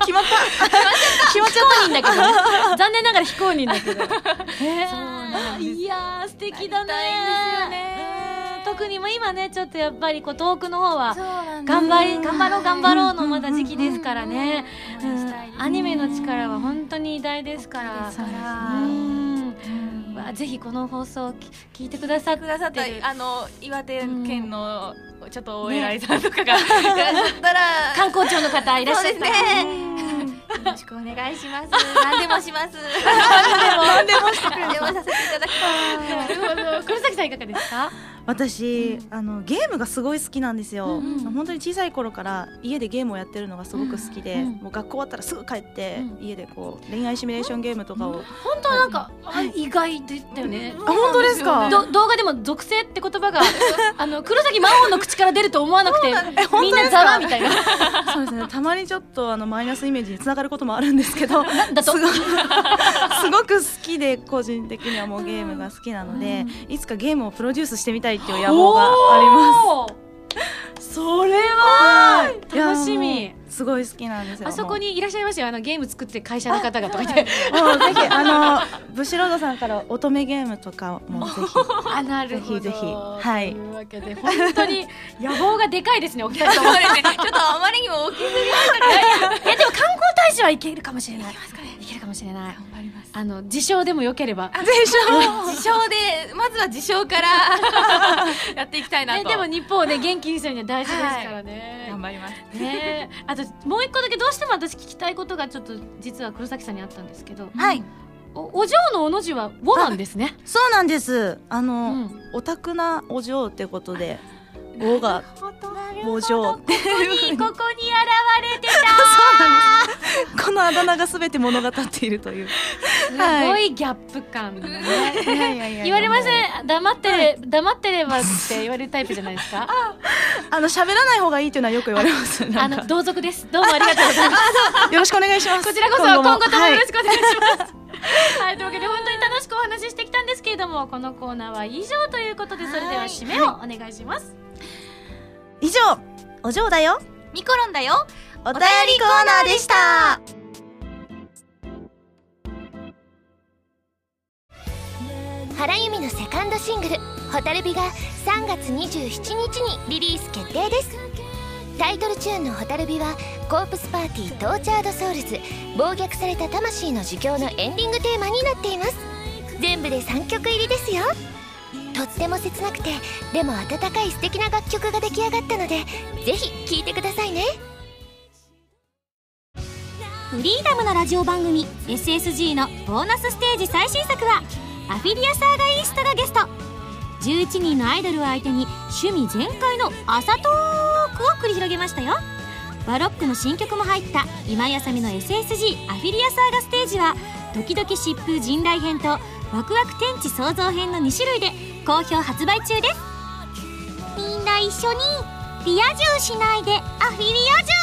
決まった非公認だけどね残念ながら非公認だけどへーいやー素敵だねー。特にも今ねちょっとやっぱりこう遠くの方は頑張り頑張ろう頑張ろうのまだ時期ですからね。アニメの力は本当に偉大ですから。ぜひこの放送を聞いてくださってるあの岩手県のちょっとお偉いさんとかがいらっしゃったら観光庁の方いらっしゃったらよろしくお願いします。何でもします。 何でもしてくれる。 何でもさせていただきます。 なるほど。黒崎さんいかがですか？ 私、うん、あのゲームがすごい好きなんですよ、うんうん、本当に小さい頃から家でゲームをやってるのがすごく好きで、うんうん、もう学校終わったらすぐ帰って、うん、家でこう恋愛シミュレーションゲームとかを、うん、 本当はなんか、はい、意外でしたよね。 あ、本当ですか？ ど動画でも属性って言葉があの黒崎魔王の口から出ると思わなくてみんなざわみたいなそうですね、たまにちょっとあのマイナスイメージにつながることもあるんですけどだとすごすごく好きで個人的にはもうゲームが好きなので、うん、いつかゲームをプロデュースしてみたいっていう野望があります。 それは楽しみ。 すごい好きなんですよ。 あそこにいらっしゃいましたよ、あのゲーム作って会社の方がとか言って、 もうぜひあのブシロードさんから乙女ゲームとかもぜひあ、なるほど、 ぜひぜひ、はい、 というわけで本当に野望がでかいですね、お二人ともちょっとあまりにも大きすぎましたね。いやでも観光大使はいけるかもしれない。いけますかね。いけるかもしれない。頑張ります。あの自称でもよければ。 自称自称でまずは自称からやっていきたいなと。 ね、でも日本をね元気にするには大事ですからね。 はい、頑張ります。 ね、あともう一個だけどうしても私聞きたいことがちょっと実は黒崎さんにあったんですけど、 はい、 お, お嬢のおの字は「お」なんですね。 そうなんです。あの、うん、オタクなお嬢ってことで「お」がお嬢ってここにここに現れてたそうなんです。このあだ名がすべて物語っているというすごいギャップ感だね。言われません？黙ってれ、はい、黙ってればって言われるタイプじゃないですか？ あの喋らない方がいいというのはよく言われます。 あの同族です。どうもありがとうございます。 よろしくお願いします。 こちらこそ今後ともよろしくお願いします。はい、というわけで本当に楽しくお話ししてきたんですけれども、このコーナーは以上ということで、それでは締めをお願いします。 以上、お嬢だよ、 ミコロンだよ、 お便りコーナーでした。 原由美のセカンドシングル「ホタルビ」がさんがつにじゅうしちにちにリリース決定です。タイトルチューンの「ホタルビ」はコープスパーティートーチャードソウルズ暴虐された魂の儒教のエンディングテーマになっています。全部でさんきょく入りですよ。とっても切なくてでも温かい素敵な楽曲が出来上がったので、ぜひ聴いてくださいね。 フリーダムなラジオ番組 エスエスジー のボーナスステージ最新作はアフィリアサーガイーストがゲスト。じゅういちにんのアイドルを相手に趣味全開の朝トークを繰り広げましたよ。バロックの新曲も入った今井あさみの エスエスジー アフィリアサーガステージはドキドキ疾風陣雷編とワクワク天地創造編のに種類で好評発売中です。みんな一緒にリア充しないでアフィリア充。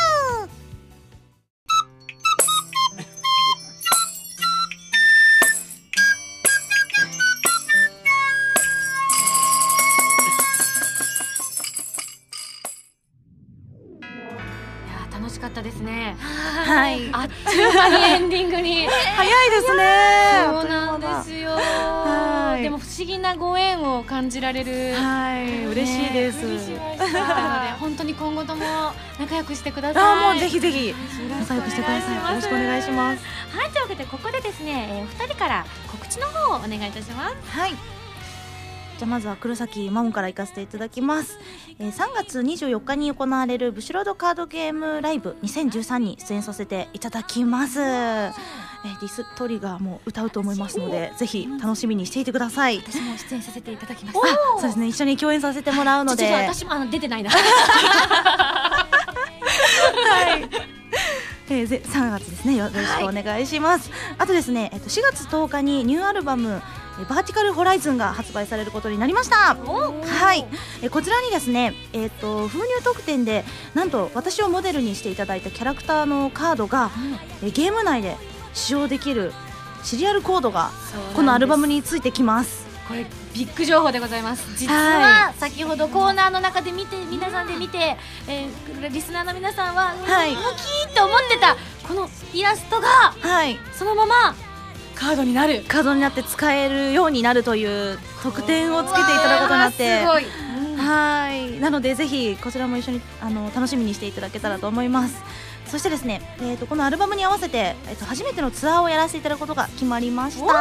楽しかったですね。 はい、 あっという間にエンディングに早いですね。 そうなんですよ。でも不思議なご縁を感じられる。 はい、嬉しいです。 嬉しいなので本当に今後とも仲良くしてください。 あ、もうぜひぜひ仲良くしてください。よろしくお願いします。 はい、というわけでここでですね、えー、ふたりから告知の方をお願いいたします。 はい。じゃあまずは黒崎マモンから行かせていただきます、えー、さんがつにじゅうよっかに行われるブシロードカードゲームライブにせんじゅうさんに出演させていただきます、えー、ディストリガーも歌うと思いますのでぜひ楽しみにしていてください。 私も出演させていただきます。 あ、そうですね、一緒に共演させてもらうので。 ちょっと私もあの出てないな。 はい、えー、さんがつですね、よろしくお願いします、はい、あとですね、えっと、しがつとおかにニューアルバムバーティカルホライズンが発売されることになりました。はい、えこちらにですね、えー、と封入特典でなんと私をモデルにしていただいたキャラクターのカードが、うん、えゲーム内で使用できるシリアルコードがこのアルバムについてきます。 これビッグ情報でございます。実は先ほどコーナーの中で見て皆さんで見て、えー、リスナーの皆さんは、はい、ムキーって思ってたこのイラストがはいそのままカードになるカードになって使えるようになるという特典をつけていただくことになってすごい、 はいなのでぜひこちらも一緒にあの楽しみにしていただけたらと思います。そしてですね、えー、とこのアルバムに合わせて、えー、と初めてのツアーをやらせていただくことが決まりました。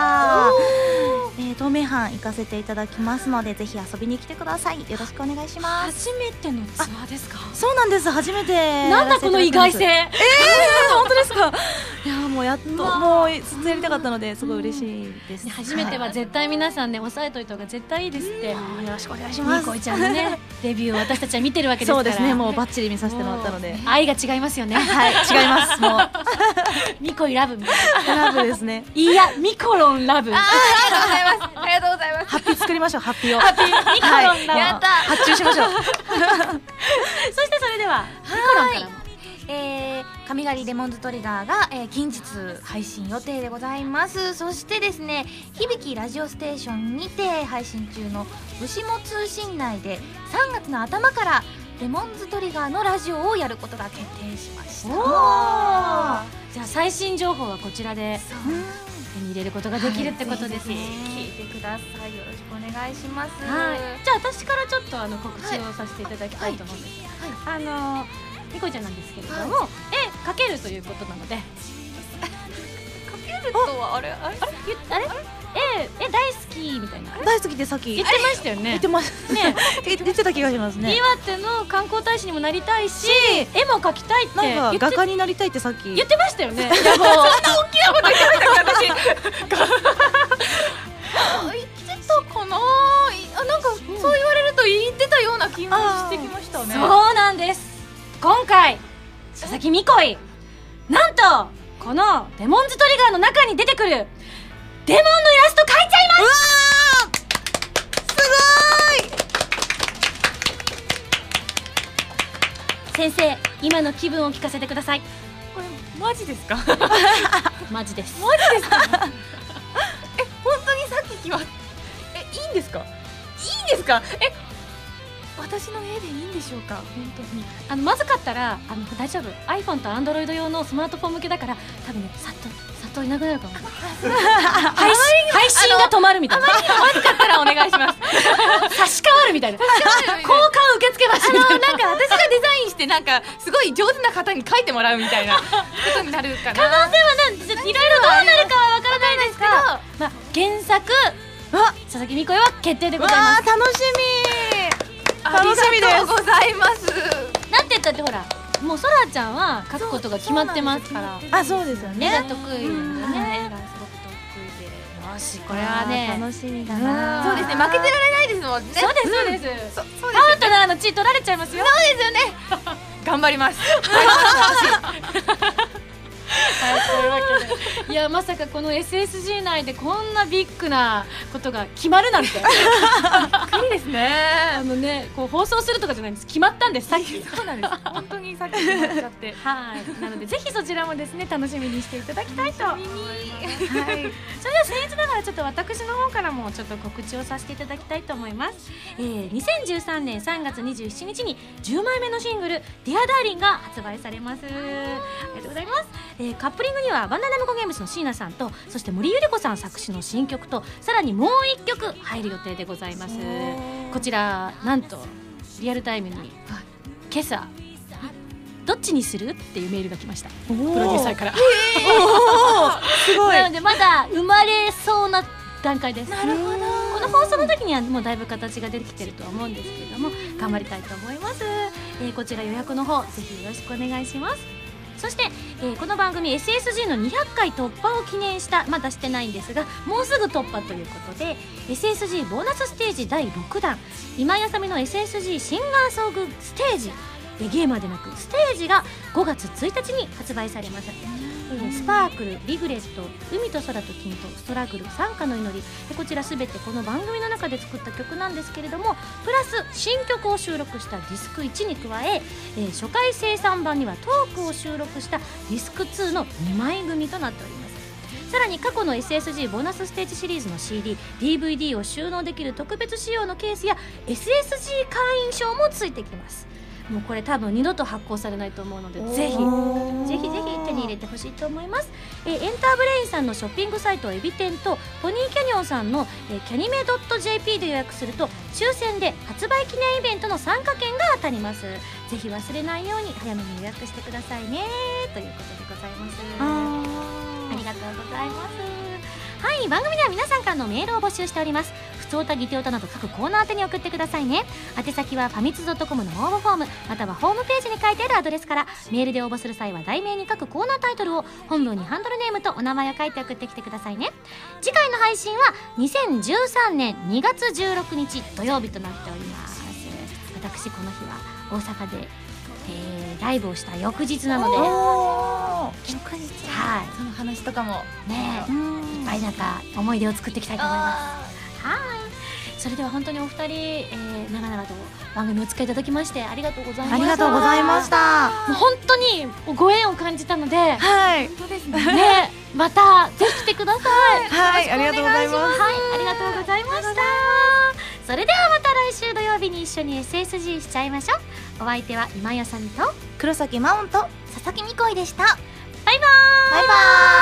えー、東名阪行かせていただきますのでぜひ遊びに来てください。よろしくお願いします。 初めてのツアーですか？ そうなんです、初めてなんだこの意外性。えー、本当ですか？いやもうやっともうずっとやりたかったのですごい嬉しいです。 初めては絶対皆さんね押さえといた方が絶対いいですって。よろしくお願いします。 ニコイちゃんのねデビューを私たちは見てるわけですから。 そうですね、もうバッチリ見させてもらったので愛が違いますよね。 はい違います。もうミコイラブみたいなラブですね。 いやミコロンラブ。 ありがとうございます。ありがとうございます。 ハッピー作りましょう。ハッピーをハッピーミコロンラブ、 はい、やった発注しましょう。 そしてそれではミコロンからもえー、神狩りレモンズトリガーが、えー、近日配信予定でございます。そしてですね、響きラジオステーションにて配信中の牛も通信内でさんがつの頭からレモンズトリガーのラジオをやることが決定しました。 おー、じゃあ最新情報はこちらで手に入れることができるってことですね。 はい、聞いてください。よろしくお願いします。 はい、じゃあ私からちょっとあの告知をさせていただきたいと思うんです、はいはい、あのニコイちゃんなんですけれども、はい、絵描けるということなので描けるとはあれあれあれあれ絵絵大好きみたいな大好きでさっき言ってましたよね。 言ってますね。言ってた気がしますね。 岩手の観光大使にもなりたいし絵も描きたいって言って、 なんか画家になりたいってさっき言ってましたよね。いやもうそんな大きなこと言ってましたか私。言ってたかなあ、なんかそう言われると言ってたような気もしてきましたね。 そうなんです。今回佐々木美恋なんとこのデモンズトリガーの中に出てくるデモンのイラスト描いちゃいます。うわーすごい。先生今の気分を聞かせてください。 これマジですか？ マジですマジですか？え、本当にさっき決まっえ、いいんですか？いいんですか？え、私の絵でいいんでしょうか？本当にあのまずかったらあの大丈夫。 iPhone と Android 用のスマートフォン向けだから多分ねさっとさっといなくなるかも。配信配信が止まるみたいな。あまりにもまずかったらお願いします。差し替わるみたいな。交換受け付けますみたいな。 あのなんか私がデザインしてなんかすごい上手な方に描いてもらうみたいなことになるかな。 可能性はなんいろいろどうなるかはわからないですけど、まあ原作佐々木美恋は決定でございます。 楽しみ楽しみです。 ありがとうございます。 なんて言ったってほらもうそらちゃんは描くことが決まってますから。 あ、そうですよね。 絵が得意なんだね。絵がすごく得意で。よしこれはね楽しみだな。 そうですね、負けてられないですもんね。 そうですそうです。 そうそうパートナーの地位取られちゃいますよ。 そうですよね。頑張ります。 はいというわけでいやまさかこの エスエスジー 内でこんなビッグなことが決まるなんて。 いいですね。 あのねこう放送するとかじゃないんです。決まったんですさっき。 そうなんです。本当にさっき決まっちゃって。 はいなのでぜひそちらもですね楽しみにしていただきたいと思います。はいそれでは僭越ながらちょっと私の方からもちょっと告知をさせていただきたいと思います。えー、にせんじゅうさんねんさんがつにじゅうしちにちにじゅうまいめのシングル「ディアダーリンが発売されます。ありがとうございます。えー、カップリングにはバンダイナムコゲームスの椎名さんとそして森ゆり子さん作詞の新曲とさらにもういっきょく入る予定でございます。こちらなんとリアルタイムに今朝どっちにするっていうメールが来ました。プロデューサーから。 すごい。 なのでまだ生まれそうな段階です。 なるほど。 この放送の時にはもうだいぶ形が出てきてるとは思うんですけれども頑張りたいと思います。えー、こちら予約の方ぜひよろしくお願いします。そして、えー、この番組 エスエスジー のにひゃっかい突破を記念したまだしてないんですがもうすぐ突破ということで エスエスジー ボーナスステージだいろくだん今井あさみの エスエスジー シンガーソングステージゲーマーでなくステージがごがつついたちに発売されます。えー、スパークル、リグレット、海と空と君とストラグル、賛歌の祈りでこちらすべてこの番組の中で作った曲なんですけれどもプラス新曲を収録したディスクいちに加ええー、初回生産版にはトークを収録したディスクツーのにまい組となっております。さらに過去の エスエスジー ボーナスステージシリーズの シーディー、ディーブイディー を収納できる特別仕様のケースや エスエスジー 会員証もついてきます。 もうこれ多分二度と発行されないと思うので、ぜひぜひぜひ手に入れてほしいと思います。えー、エンターブレインさんのショッピングサイトエビ天とポニーキャニオンさんの、えー、キャニメ .jp で予約すると抽選で発売記念イベントの参加券が当たります。ぜひ忘れないように早めに予約してくださいねということでございます。ありがとうございます。はい、番組では皆さんからのメールを募集しております。ふつおた、ぎておたなど各コーナー宛てに送ってくださいね。宛先はファミツー .com の応募フォームまたはホームページに書いてあるアドレスから。メールで応募する際は題名に書くコーナータイトルを、本文にハンドルネームとお名前を書いて送ってきてくださいね。次回の配信はにせんじゅうさんねんにがつじゅうろくにち土曜日となっております。私この日は大阪で、えー、ライブをした翌日なので、 翌日、 はい、 その話とかもねえ、いっぱいなんか思い出を作っていきたいと思います。はい、それでは本当にお二人、えー、長々と番組お付き合いいただきましてありがとうございました。 ありがとうございました。 もう本当にご縁を感じたので、 はい、 本当ですね。 ね、またぜひ来てください。 はい、ありがとうございます。 はい、ありがとうございました。それではまた来週土曜日に一緒に エスエスジー しちゃいましょう。お相手は今やさみと黒崎マウント佐々木みこいでした。 バイバーイ。 バイバーイ。